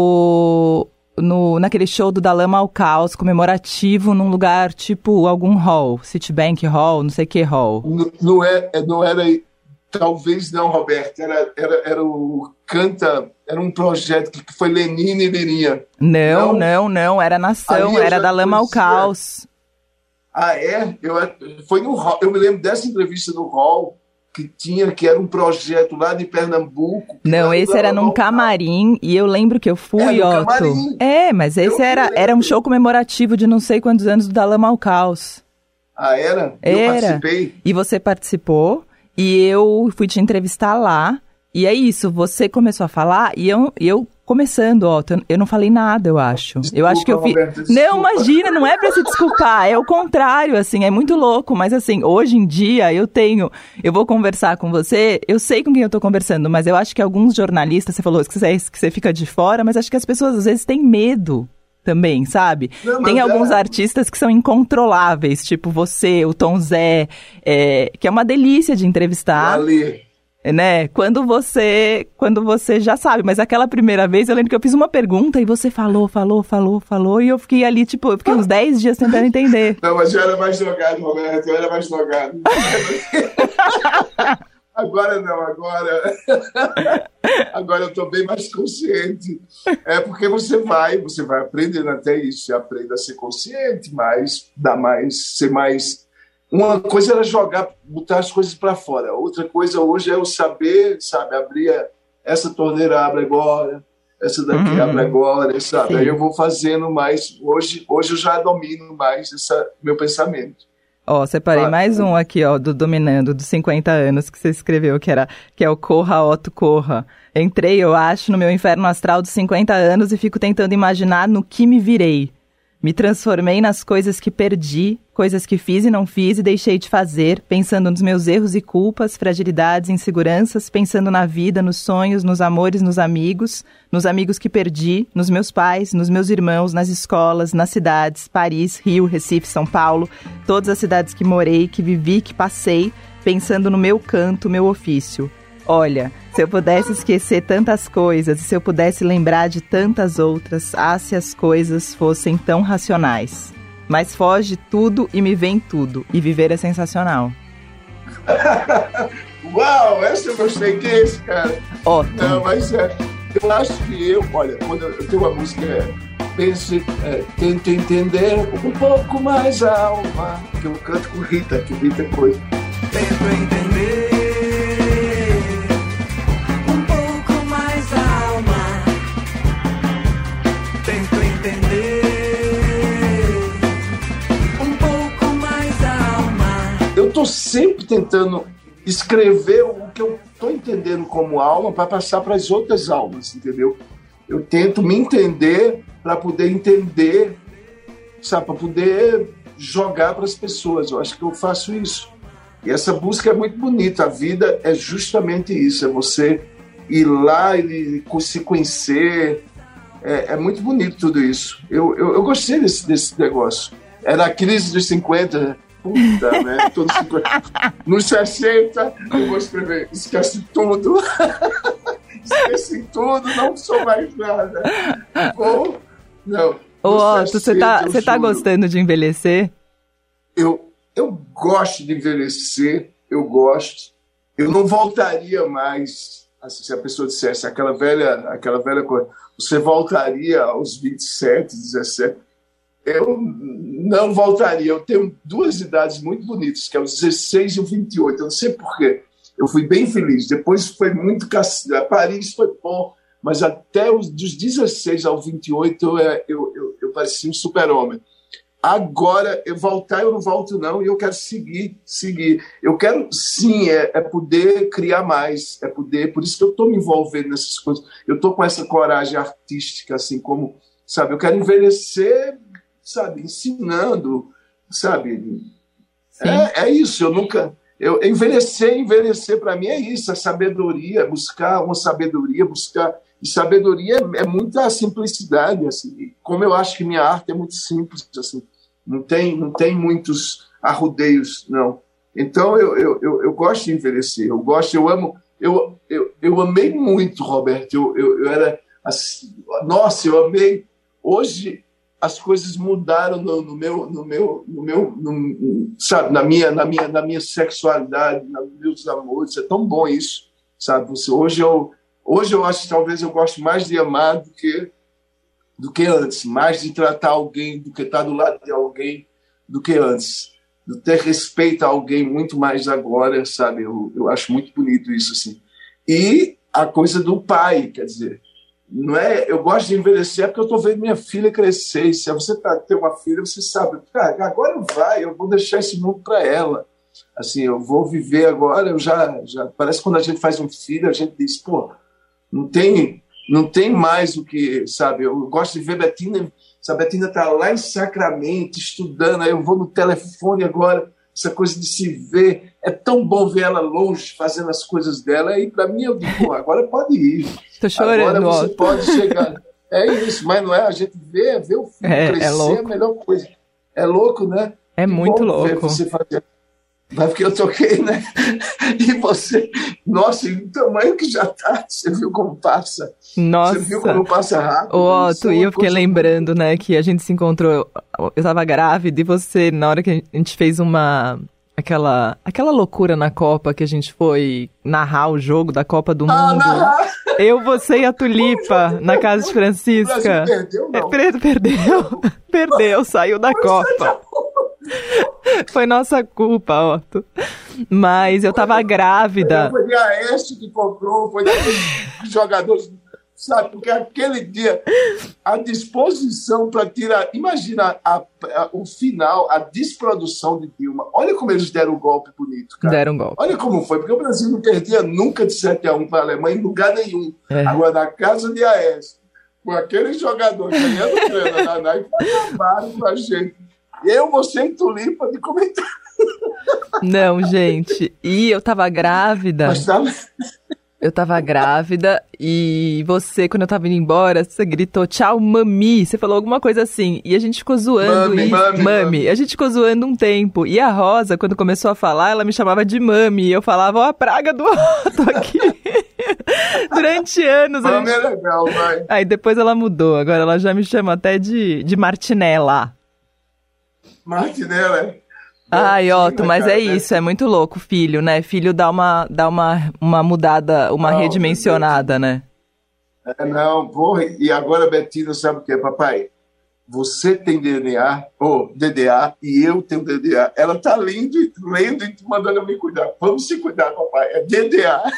no, no, naquele show do Da Lama ao Caos, comemorativo, num lugar tipo algum hall, Citibank Hall, não sei que hall. Não, não, é, não era... Talvez não, Roberto, era, era, era o Canta, era um projeto que foi Lenine e Lirinha. Não, não, não, não, era Nação, era Da Lama ao Caos. Ah, é? Eu, foi no hall, eu me lembro dessa entrevista no hall, que tinha, que era um projeto lá de Pernambuco. Não, esse era num camarim, e eu lembro que eu fui, é, Otto. É, mas esse era, era um show comemorativo de não sei quantos anos do Da Lama ao Caos. Ah, era? Era. Eu participei. E você participou, e eu fui te entrevistar lá, e é isso, você começou a falar, e eu... eu começando, ó, eu não falei nada, eu acho. Desculpa, eu acho que eu fiz. Não, imagina, não é pra se desculpar, é o contrário, assim, é muito louco, mas assim, hoje em dia eu tenho, eu vou conversar com você, eu sei com quem eu tô conversando, mas eu acho que alguns jornalistas, você falou que você, que você fica de fora, mas acho que as pessoas às vezes têm medo também, sabe? Não, tem alguns é... artistas que são incontroláveis, tipo você, o Tom Zé, é, que é uma delícia de entrevistar. Ali. Né? Quando você, quando você já sabe, mas aquela primeira vez eu lembro que eu fiz uma pergunta e você falou, falou, falou, falou e eu fiquei ali, tipo, eu fiquei uns dez dias tentando entender. Não, mas eu era mais drogado, Roberto, eu era mais drogado. Agora não, agora agora eu tô bem mais consciente. É porque você vai, você vai aprendendo até isso, você aprende a ser consciente, mas dá mais, ser mais... Uma coisa era jogar, botar as coisas para fora. Outra coisa hoje é o saber, sabe, abrir a, essa torneira abre agora, essa daqui uhum. abre agora, sabe? Sim. Aí eu vou fazendo mais. Hoje, hoje eu já domino mais esse meu pensamento. Ó, oh, separei ah, mais um aqui, ó, do Dominando, dos cinquenta anos, que você escreveu, que era, que é o Corra, Otto, Corra. Entrei, eu acho, no meu inferno astral dos cinquenta anos e fico tentando imaginar no que me virei. Me transformei nas coisas que perdi, coisas que fiz e não fiz e deixei de fazer, pensando nos meus erros e culpas, fragilidades, inseguranças, pensando na vida, nos sonhos, nos amores, nos amigos, nos amigos que perdi, nos meus pais, nos meus irmãos, nas escolas, nas cidades, Paris, Rio, Recife, São Paulo, todas as cidades que morei, que vivi, que passei, pensando no meu canto, meu ofício. Olha, se eu pudesse esquecer tantas coisas e se eu pudesse lembrar de tantas outras, ah, se as coisas fossem tão racionais. Mas foge tudo e me vem tudo, e viver é sensacional. Uau, essa eu gostei, que é esse, cara? Ótimo. Não, mas é, eu acho que eu, olha, quando eu tenho uma música, é, pense, é, tento entender um pouco mais a alma, que eu canto com Rita, que Rita é coisa. Tento entender um pouco mais a alma. Tento entender um pouco mais a alma. Eu estou sempre tentando escrever o que eu estou entendendo como alma para passar para as outras almas, entendeu? Eu tento me entender para poder entender, sabe, para poder jogar para as pessoas. Eu acho que eu faço isso. E essa busca é muito bonita. A vida é justamente isso, é você ir lá e se conhecer. É, é muito bonito tudo isso. Eu, eu, eu gostei desse, desse negócio. Era a crise dos cinquenta, puta, né? Todos cinquenta. Nos sessenta, eu vou escrever, esquece tudo. Esqueci tudo, não sou mais nada. Ou, não. Ô, Otto, você tá, você tá gostando de envelhecer? Eu... Eu gosto de envelhecer, eu gosto. Eu não voltaria mais, assim, se a pessoa dissesse aquela velha, aquela velha coisa, você voltaria aos vinte e sete, dezessete. Eu não voltaria. Eu tenho duas idades muito bonitas, que é os dezesseis e o vinte e oito. Eu não sei porquê. Eu fui bem feliz. Depois foi muito castigo. Paris foi bom, mas até os dos dezesseis ao vinte e oito eu, eu, eu, eu parecia um super-homem. Agora, eu voltar, eu não volto não, e eu quero seguir, seguir. Eu quero, sim, é, é poder criar mais, é poder, por isso que eu estou me envolvendo nessas coisas. Eu estou com essa coragem artística, assim, como, sabe, eu quero envelhecer, sabe, ensinando, sabe. É, é isso, eu nunca... Eu, envelhecer, envelhecer para mim é isso, a sabedoria, buscar uma sabedoria, buscar... E sabedoria é, é muita simplicidade, assim. Como eu acho que minha arte é muito simples, assim. Não tem, não tem muitos arrudeios, não. Então, eu, eu, eu, eu gosto de envelhecer, eu gosto, eu amo... Eu, eu, eu amei muito, Roberto. Eu, eu, eu era... Assim, nossa, eu amei... Hoje, as coisas mudaram no, no meu... No meu, no meu no, sabe, na minha, na, minha, na minha sexualidade, nos meus amores. É tão bom isso, sabe? Você, hoje eu... Hoje eu acho que talvez eu goste mais de amar do que, do que antes, mais de tratar alguém, do que estar do lado de alguém, do que antes. De ter respeito a alguém muito mais agora, sabe? Eu, eu acho muito bonito isso, assim. E a coisa do pai, quer dizer, não é, eu gosto de envelhecer porque eu estou vendo minha filha crescer. E se você tá, ter uma filha, você sabe, cara, agora vai, eu vou deixar esse mundo para ela. Assim, eu vou viver agora, eu já, já... Parece que quando a gente faz um filho, a gente diz, pô, Não tem, não tem mais o que, sabe? Eu gosto de ver Betina, a Betina está lá em Sacramento estudando, aí eu vou no telefone agora, essa coisa de se ver, é tão bom ver ela longe fazendo as coisas dela, aí para mim eu digo, agora pode ir. Tô chorando, agora você Otto. pode chegar. É isso, mas não é, a gente vê, vê o filho é, crescer, é, louco. É a melhor coisa. É louco, né? É que muito bom louco. Ver você fazer. Mas porque eu toquei, né? E você... Nossa, e o tamanho que já tá. Você viu como passa? Nossa. Você viu como passa rápido? Ô, Otto, e eu fiquei coisa... lembrando, né, que a gente se encontrou... Eu tava grávida e você, na hora que a gente fez uma... Aquela, aquela loucura na Copa que a gente foi narrar o jogo da Copa do ah, Mundo. Narrar. Eu, você e a Tulipa, na casa de Francisca. O Brasil perdeu, não? É, perdeu. Perdeu, saiu da Copa. Foi nossa culpa, Otto. Mas eu tava grávida. Foi a Aécio que comprou, foi os jogadores, sabe? Porque aquele dia, a disposição para tirar... Imagina a, a, o final, a desprodução de Dilma. Olha como eles deram um golpe bonito, cara. Deram um golpe. Olha como foi, porque o Brasil não perdia nunca de sete a um para a Alemanha em lugar nenhum. É. Agora, na casa de Aécio, com aquele jogador ganhando grana na Nike, acabaram com a gente. Eu, você e Tulipa de comentário. Não, gente. E eu tava grávida. Mas tá... Eu tava grávida e você, quando eu tava indo embora, você gritou tchau, mami. Você falou alguma coisa assim. E a gente ficou zoando mami, isso. Mami, mami. mami. A gente ficou zoando um tempo. E a Rosa, quando começou a falar, ela me chamava de mami. E eu falava, ó, a praga do Otto aqui. Durante anos. Mami gente... é legal, vai. Aí depois ela mudou. Agora ela já me chama até de, de Martinella. Martinella, é. Ai, Otto, mas cara, é isso, é muito louco, filho, né? Filho dá uma, dá uma, uma mudada, uma não, redimensionada, né? É, não, porra, e agora, Betina, sabe o que é, papai? Você tem D N A, ou D D A, e eu tenho D D A. Ela tá lendo, lendo e mandando eu me cuidar. Vamos se cuidar, papai. É D D A.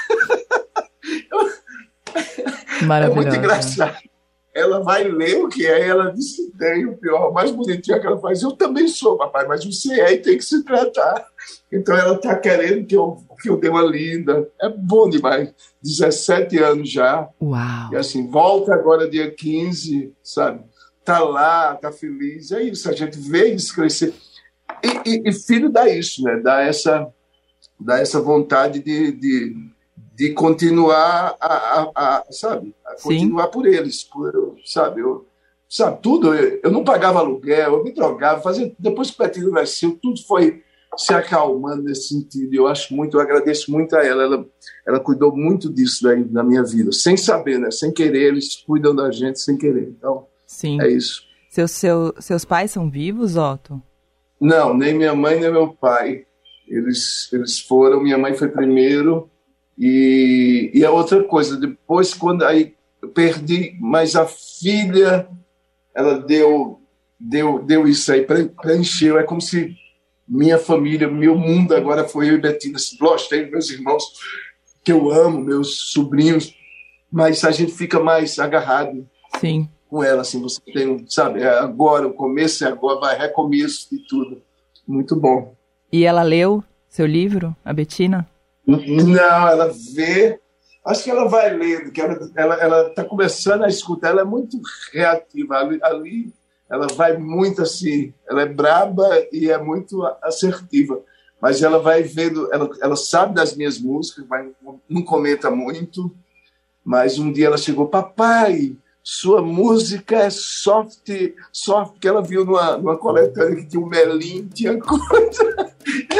É muito engraçado. Ela vai ler o que é, ela disse, tem o pior, o mais bonitinho que ela faz. Eu também sou, papai, mas você é e tem que se tratar. Então ela está querendo que eu, que eu dê uma linda. É bom demais. dezessete anos já. Uau. E assim, volta agora dia quinze, sabe? Tá lá, tá feliz. É isso, a gente vê isso crescer. E, e, e filho dá isso, né? Dá essa, dá essa vontade de... de de continuar a, a, a sabe, a continuar por eles, por, sabe, eu, sabe, tudo, eu, eu não pagava aluguel, eu me drogava, fazia, depois que o Betinho nasceu, tudo foi se acalmando nesse sentido, eu acho muito, eu agradeço muito a ela, ela, ela cuidou muito disso daí na minha vida, sem saber, né, sem querer, eles cuidam da gente sem querer, então, sim. É isso. Seu, seu, seus pais são vivos, Otto? Não, nem minha mãe, nem meu pai, eles, eles foram, minha mãe foi primeiro. E, e a outra coisa, depois, quando aí eu perdi, mas a filha, ela deu, deu, deu isso aí, preencheu. É como se minha família, meu mundo agora foi eu e Betina. Lógico, tenho meus irmãos que eu amo, meus sobrinhos, mas a gente fica mais agarrado. Sim. Com ela. Assim, você tem, um, sabe, é agora, o começo é agora, vai recomeço de tudo. Muito bom. E ela leu seu livro, a Betina? Não, ela vê, acho que ela vai lendo, que ela ela ela está começando a escutar, ela é muito reativa, ali, ali ela vai muito assim, ela é braba e é muito assertiva, mas ela vai vendo, ela, ela sabe das minhas músicas, mas não comenta muito, mas um dia ela chegou, papai, sua música é soft, soft, que ela viu numa, numa coletânea que tinha um melim, tinha coisa...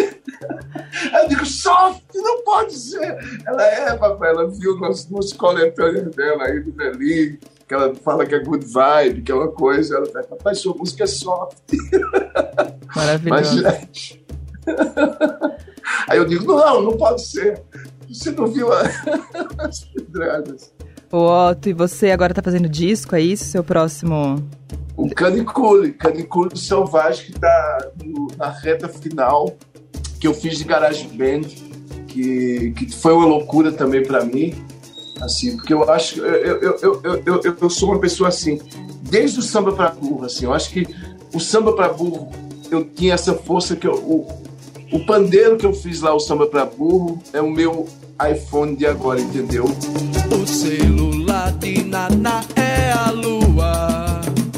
Eu digo, soft, não pode ser. Ela é, papai, ela viu nas, nas coletâneas dela aí do Berlim, que ela fala que é good vibe, que é uma coisa. Ela fala, papai, sua música é soft. Maravilhoso. Mas, aí eu digo, não, não pode ser. Você não viu a... as pedradas. Ô, Otto, e você agora tá fazendo disco, é isso? Seu próximo... O Canicule, Canicule Selvagem, que tá no, na reta final, que eu fiz de Garage Band, que, que foi uma loucura também para mim, assim, porque eu acho, eu, eu, eu, eu, eu, eu sou uma pessoa assim, desde o samba para burro, assim, eu acho que o samba para burro, eu tinha essa força que eu, o, o pandeiro que eu fiz lá, o samba para burro, é o meu iPhone de agora, entendeu? O celular de Naná é a lua,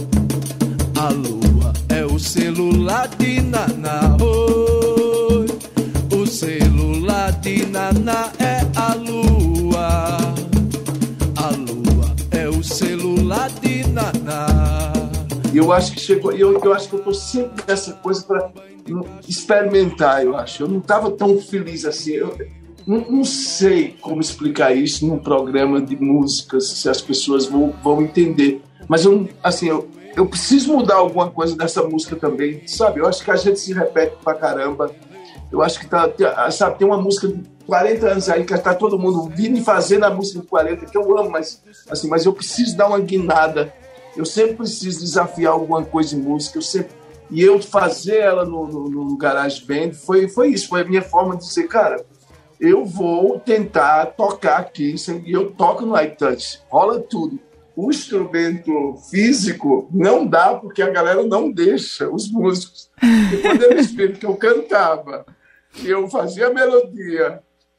a lua é o celular de Naná. Oi, o celular de Naná é a lua, a lua é o celular de Naná. E eu acho que chegou, eu, eu acho que eu tô sempre nessa coisa para experimentar, eu acho. Eu não estava tão feliz assim. Eu não, não sei como explicar isso num programa de músicas, se as pessoas vão, vão entender. Mas eu, assim, eu, eu preciso mudar alguma coisa dessa música também, sabe? Eu acho que a gente se repete pra caramba. Eu acho que tá, sabe, tem uma música de quarenta anos aí que tá todo mundo vindo e fazendo a música de quarenta, que eu amo, mas, assim, mas eu preciso dar uma guinada. Eu sempre preciso desafiar alguma coisa em música. Eu sempre, e eu fazer ela no, no, no Garage Band foi, foi isso, foi a minha forma de dizer, cara, eu vou tentar tocar aqui, e eu toco no iTouch, rola tudo. O instrumento físico não dá, porque a galera não deixa, os músicos. E quando eles viram que eu cantava, que eu fazia a melodia,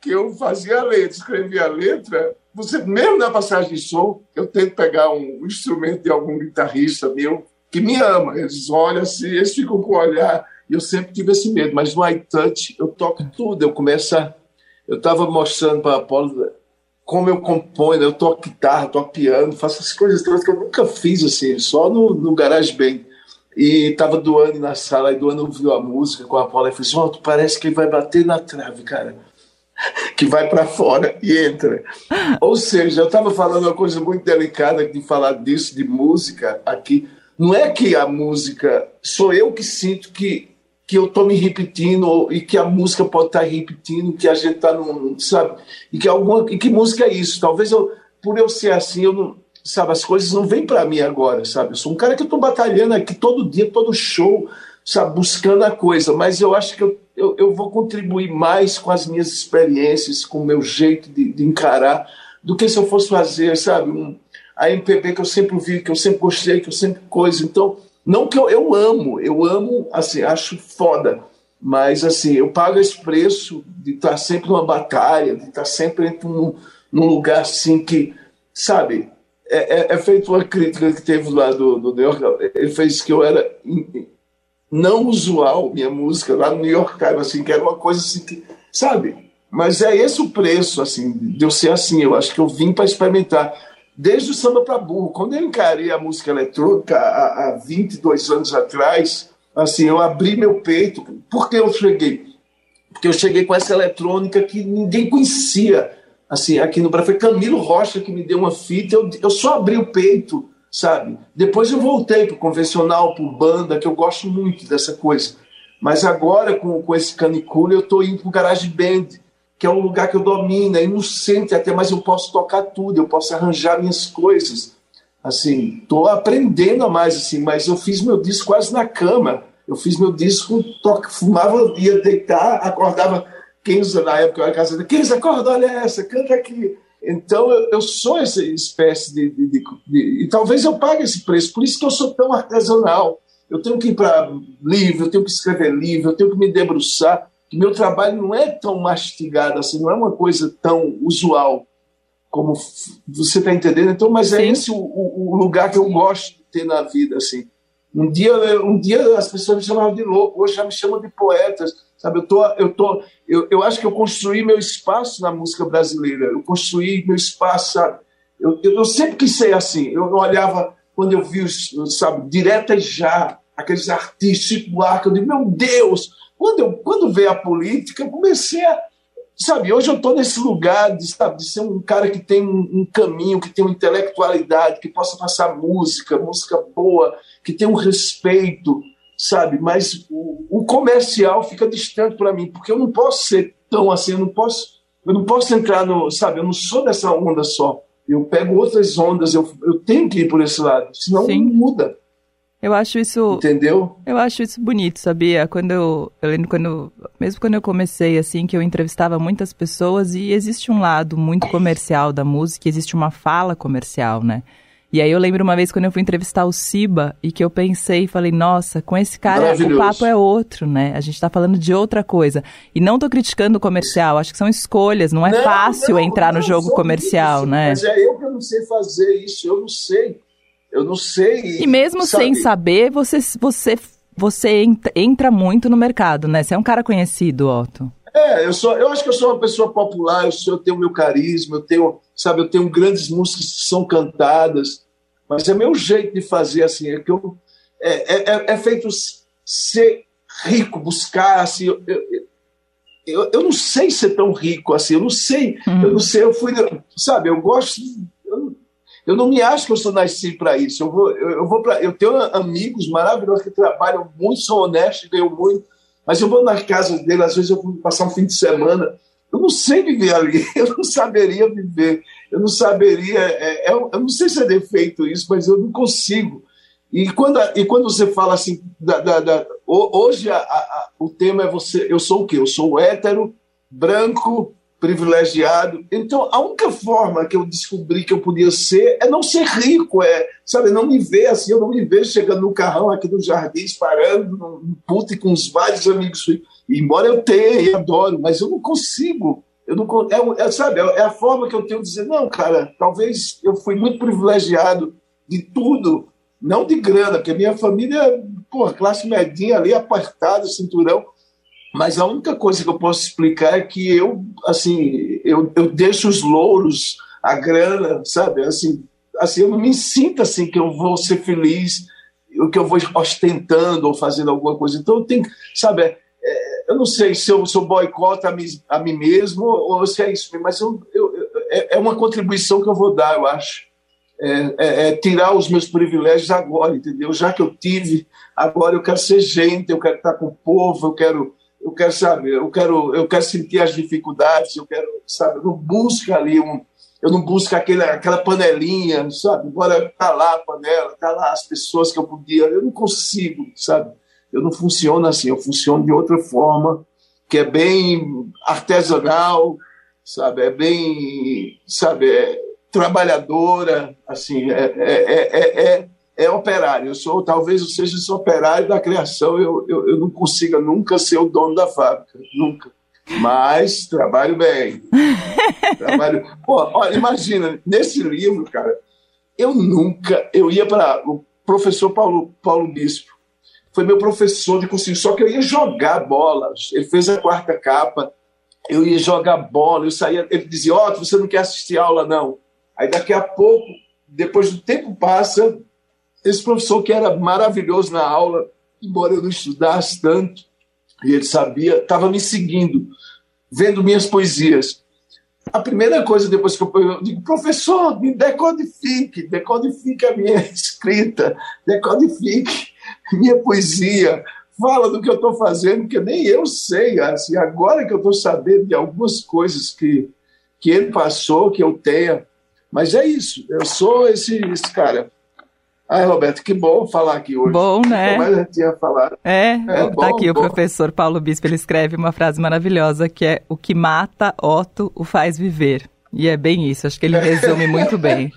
que eu fazia a letra, escrevia a letra. Você, mesmo na passagem de som, eu tento pegar um, um instrumento de algum guitarrista meu que me ama. Eles olham assim, eles ficam com o olhar, e eu sempre tive esse medo. Mas no iTouch eu toco tudo, eu começo a... Eu estava mostrando para a Apolo como eu componho, eu toco guitarra, toco piano, faço as coisas todas que eu nunca fiz, assim, só no, no GarageBand. E estava Duane na sala, e Duane ouviu a música com a Apolo e falou assim, oh, tu parece que vai bater na trave, cara, que vai para fora e entra. Ou seja, eu estava falando uma coisa muito delicada de falar disso, de música aqui. Não é que a música, sou eu que sinto que, que eu estou me repetindo, e que a música pode estar repetindo, que a gente está num, sabe? E que, alguma, e que música é isso? Talvez eu, por eu ser assim, eu não, sabe, as coisas não vêm para mim agora, sabe? Eu sou um cara que eu estou batalhando aqui todo dia, todo show, sabe, buscando a coisa, mas eu acho que eu, eu, eu vou contribuir mais com as minhas experiências, com o meu jeito de, de encarar, do que se eu fosse fazer, sabe, um, a M P B que eu sempre vi, que eu sempre gostei, que eu sempre coisa. Então, não que eu, eu amo, eu amo, assim, acho foda, mas, assim, eu pago esse preço de estar sempre numa batalha, de estar sempre num, num lugar, assim, que, sabe, é, é, é feito uma crítica que teve lá do, do New York, ele fez que eu era não usual, minha música, lá no New York Times, assim, que era uma coisa assim que, sabe, mas é esse o preço, assim, de eu ser assim. Eu acho que eu vim para experimentar. Desde o samba para burro, quando eu encarei a música eletrônica há, há vinte e dois anos atrás, assim, eu abri meu peito. Por que eu cheguei? Porque eu cheguei com essa eletrônica que ninguém conhecia, assim, aqui no Brasil. Foi Camilo Rocha que me deu uma fita, eu, eu só abri o peito, sabe? Depois eu voltei para o convencional, para banda, que eu gosto muito dessa coisa. Mas agora, com, com esse canicule, eu estou indo para o GarageBand, que é um lugar que eu domino, é inocente até, mas eu posso tocar tudo, eu posso arranjar minhas coisas. Assim, estou aprendendo a mais, assim, mas eu fiz meu disco quase na cama. Eu fiz meu disco, toca, fumava, ia deitar, acordava Kenza, na época eu era casada, Kenza, acorda, olha essa, canta aqui. Então eu, eu sou essa espécie de, de, de, de... E talvez eu pague esse preço, por isso que eu sou tão artesanal. Eu tenho que ir para livro, eu tenho que escrever livro, eu tenho que me debruçar. Meu trabalho não é tão mastigado assim, não é uma coisa tão usual como você está entendendo. Então, mas é Sim. esse o, o, o lugar que eu gosto de ter na vida, assim. Um dia, um dia as pessoas me chamavam de louco, hoje já me chamam de poeta, sabe? Eu tô, eu tô, eu, eu acho que eu construí meu espaço na música brasileira. Eu construí meu espaço, sabe? Eu, eu, eu sempre quis ser assim. Eu olhava quando eu vi os, sabe, Direta e Já, aqueles artistas, Chico Buarque, eu digo, meu Deus. Quando, eu, quando veio a política, eu comecei a... Sabe, hoje eu estou nesse lugar de, sabe, de ser um cara que tem um, um caminho, que tem uma intelectualidade, que possa passar música, música boa, que tem um respeito, sabe? Mas o, o comercial fica distante para mim, porque eu não posso ser tão assim, eu não posso, eu não posso entrar no... Sabe, eu não sou dessa onda só. Eu pego outras ondas, eu, eu tenho que ir por esse lado, senão Sim. não muda. Eu acho isso... Entendeu? Eu acho isso bonito, sabia? Quando eu, eu lembro quando... Mesmo quando eu comecei, assim, que eu entrevistava muitas pessoas, e existe um lado muito comercial da música, existe uma fala comercial, né? E aí eu lembro uma vez quando eu fui entrevistar o Siba, e que eu pensei e falei, nossa, com esse cara o papo é outro, né? A gente tá falando de outra coisa. E não tô criticando o comercial, acho que são escolhas, não é não, fácil não, entrar não, no jogo comercial, isso, né? Mas é eu que não sei fazer isso, eu não sei. Eu não sei. E mesmo sabe? sem saber, você, você, você entra muito no mercado, né? Você é um cara conhecido, Otto. É, eu, sou, eu acho que eu sou uma pessoa popular, eu, sou, eu tenho meu carisma, eu tenho, sabe, eu tenho grandes músicas que são cantadas, mas é meu jeito de fazer, assim, é que eu... É, é, é feito ser rico, buscar, assim... Eu, eu, eu, eu não sei ser tão rico, assim, eu não sei, uhum. eu não sei, eu fui... Sabe, eu gosto... Eu, Eu não me acho que eu sou nascido para isso. Eu, vou, eu, eu, vou pra, eu tenho amigos maravilhosos que trabalham muito, são honestos, ganham muito, mas eu vou nas casas deles, às vezes eu vou passar um fim de semana. Eu não sei viver ali, eu não saberia viver, eu não saberia. É, é, eu não sei se é defeito isso, mas eu não consigo. E quando, e quando você fala assim, da, da, da, hoje a, a, o tema é você. Eu sou o quê? Eu sou hétero, branco, privilegiado. Então, a única forma que eu descobri que eu podia ser é não ser rico, é, sabe, não me ver assim, eu não me vejo chegando no carrão aqui nos Jardins, parando no puto e com os vários amigos. E, embora eu tenha e adoro, mas eu não consigo Eu não, é, é, sabe, é a forma que eu tenho de dizer, não, cara, talvez eu fui muito privilegiado de tudo, não de grana, porque minha família, porra, classe medinha ali, apertada, cinturão, mas a única coisa que eu posso explicar é que eu, assim, eu, eu deixo os louros, a grana, sabe, assim, assim, eu não me sinto assim que eu vou ser feliz, que eu vou ostentando ou fazendo alguma coisa. Então eu tenho, sabe, é, eu não sei se eu, se eu boicoto a mim, a mim mesmo ou se é isso, mas eu, eu, é, é uma contribuição que eu vou dar, eu acho. É, é, é tirar os meus privilégios agora, entendeu? Já que eu tive, agora eu quero ser gente, eu quero estar com o povo, eu quero, eu quero, sabe, eu quero, eu quero sentir as dificuldades, eu quero, sabe, eu não busco ali um, eu não busco aquele, aquela panelinha, sabe? Agora tá lá a panela, tá lá as pessoas que eu podia, eu não consigo, sabe? Eu não funciono assim, eu funciono de outra forma, que é bem artesanal, sabe? É bem, sabe, é trabalhadora, assim, é, é, é, é, é operário. Eu sou, talvez eu seja esse operário da criação, eu, eu, eu não consiga nunca ser o dono da fábrica, nunca. Mas trabalho bem. trabalho... Pô, olha, imagina, nesse livro, cara, eu nunca, eu ia para o professor Paulo, Paulo Bispo, foi meu professor de cursinho, só que eu ia jogar bola. Ele fez a quarta capa, eu ia jogar bola, eu saía, ele dizia, ó, oh, você não quer assistir aula, não. Aí daqui a pouco, depois do tempo passa, esse professor que era maravilhoso na aula, embora eu não estudasse tanto, e ele sabia, estava me seguindo, vendo minhas poesias. A primeira coisa, depois que eu, eu digo, professor, me decodifique, decodifique a minha escrita, decodifique minha poesia, fala do que eu estou fazendo, que nem eu sei. Assim, agora que eu estou sabendo de algumas coisas que, que ele passou, que eu tenha. Mas é isso, eu sou esse, esse cara. Ai, Roberto, que bom falar aqui hoje. Bom, né? Mas eu tinha falado. É, é tá bom, aqui bom. O professor Paulo Bispo, ele escreve uma frase maravilhosa que é: o que mata, Otto, o faz viver. E é bem isso, acho que ele resume muito bem.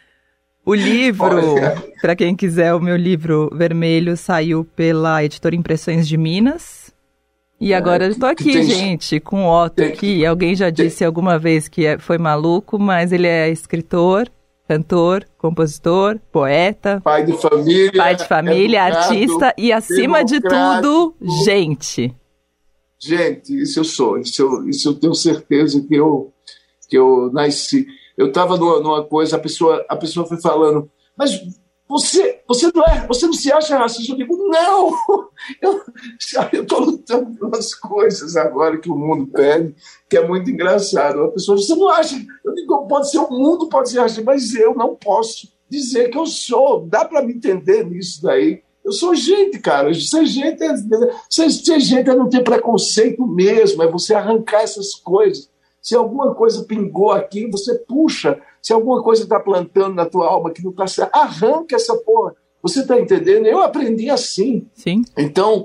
O livro, para quem quiser, o meu livro vermelho saiu pela editora Impressões de Minas. E agora é, eu tô aqui, tem, gente, com o Otto tem, aqui. Alguém já disse tem, alguma vez que é, foi maluco, mas ele é escritor, cantor, compositor, poeta. Pai de família. Pai de família, educado, artista e, acima de tudo, gente. Gente, isso eu sou. Isso eu, isso eu tenho certeza que eu, que eu nasci. Eu estava numa, numa coisa, a pessoa, a pessoa foi falando, mas você, você, não é, você não se acha racista? Eu digo, não! Eu estou lutando pelas coisas agora que o mundo pede, que é muito engraçado. A pessoa, você não acha? Eu digo, pode ser o mundo, pode ser racista, mas eu não posso dizer que eu sou. Dá para me entender nisso daí. Eu sou gente, cara. Ser gente é, ser, ser gente é não ter preconceito mesmo, é você arrancar essas coisas. Se alguma coisa pingou aqui, você puxa. Se alguma coisa está plantando na tua alma que não está certo, arranca essa porra. Você está entendendo? Eu aprendi assim. Sim. Então,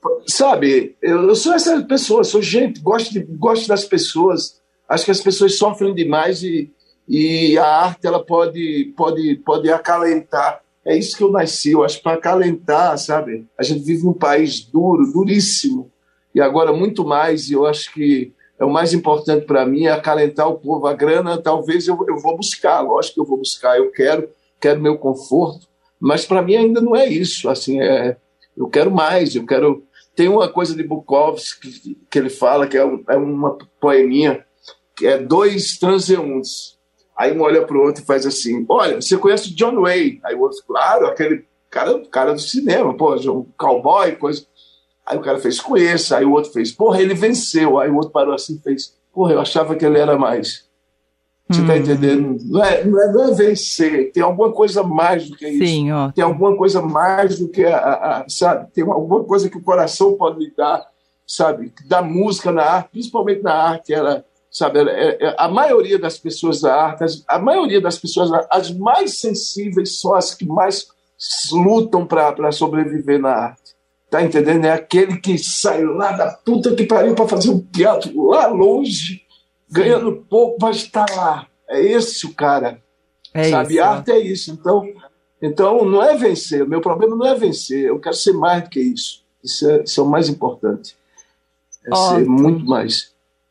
sabe, eu, eu sou essa pessoa, sou gente, gosto, de, gosto das pessoas. Acho que as pessoas sofrem demais e, e a arte ela pode, pode, pode acalentar. É isso que eu nasci, eu acho, para acalentar, sabe? A gente vive num país duro, duríssimo. E agora muito mais, e eu acho que é o mais importante para mim é acalentar o povo. A grana, talvez eu, eu vou buscar, lógico que eu vou buscar, eu quero, quero meu conforto, mas para mim ainda não é isso. Assim, é, eu quero mais, eu quero. Tem uma coisa de Bukowski que, que ele fala, que é, um, é uma poeminha, que é dois transeuntes. Aí um olha para o outro e faz assim: olha, você conhece o John Wayne? Aí o outro, claro, aquele cara, cara do cinema, pô, um cowboy, coisa. Aí o cara fez, conheça. Aí o outro fez, porra, ele venceu. Aí o outro parou assim e fez, porra, eu achava que ele era mais. Você hum. tá entendendo? Não é, não, é, não é vencer, tem alguma coisa mais do que isso. Sim, ó. Tem alguma coisa mais do que, a, a, a, sabe? Tem alguma coisa que o coração pode lhe dar, sabe? Da música na arte, principalmente na arte, ela, sabe? Ela, é, a maioria das pessoas da arte, as, a maioria das pessoas, as mais sensíveis são as que mais lutam para sobreviver na arte. Tá entendendo? É aquele que sai lá da puta que pariu para fazer um teatro lá longe, ganhando pouco, mas está lá. É esse o cara. É sabe? Isso, a arte é isso. Então, então, não é vencer. O meu problema não é vencer. Eu quero ser mais do que isso. Isso é, isso é o mais importante. É Ótimo. Ser muito mais.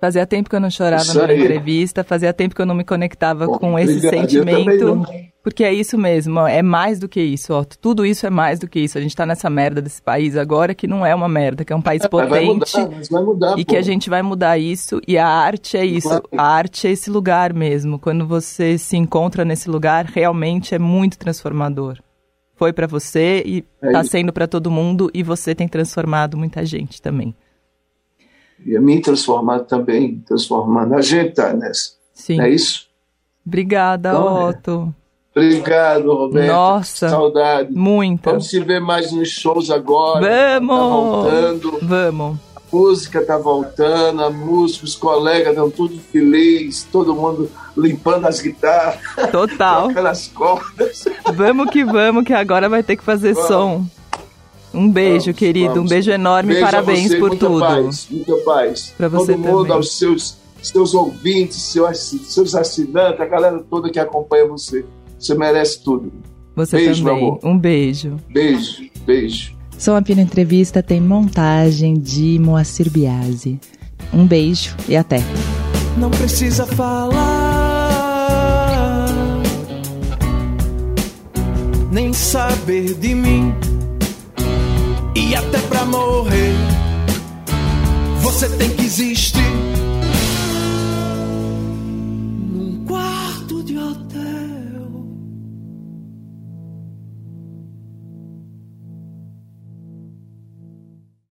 Fazia tempo que eu não chorava numa entrevista, fazia tempo que eu não me conectava Bom, com esse obrigado. sentimento, porque é isso mesmo, é mais do que isso, ó, tudo isso é mais do que isso, a gente tá nessa merda desse país agora que não é uma merda, que é um país é, potente vai mudar, mas vai mudar, e pô. que a gente vai mudar isso, e a arte é isso, claro. A arte é esse lugar mesmo, quando você se encontra nesse lugar, realmente é muito transformador. Foi pra você e é tá isso. sendo pra todo mundo, e você tem transformado muita gente também. E a mim transformado também, transformando. A gente tá nessa. Sim. Não é isso? Obrigada, então, Otto. É. Obrigado, Roberto. Nossa. Saudade. Muita. Vamos se ver mais nos shows agora. Vamos. Tá voltando. Vamos. A música tá voltando, a música, os colegas estão tudo felizes, todo mundo limpando as guitarras. Total. Tocando as cordas. Vamos que vamos, que agora vai ter que fazer vamos. som. Um beijo, vamos, querido. Vamos. Um beijo enorme. Beijo parabéns você, por muita tudo. Paz, muita paz. Pra você Todo mundo, também. aos seus, seus ouvintes, seus, seus assinantes, a galera toda que acompanha você. Você merece tudo. Você beijo, também. Meu amor. Um beijo. Beijo, beijo. Som a Pino Entrevista tem montagem de Moacir Biasi. Um beijo e até. Não precisa falar, nem saber de mim. E até pra morrer, você tem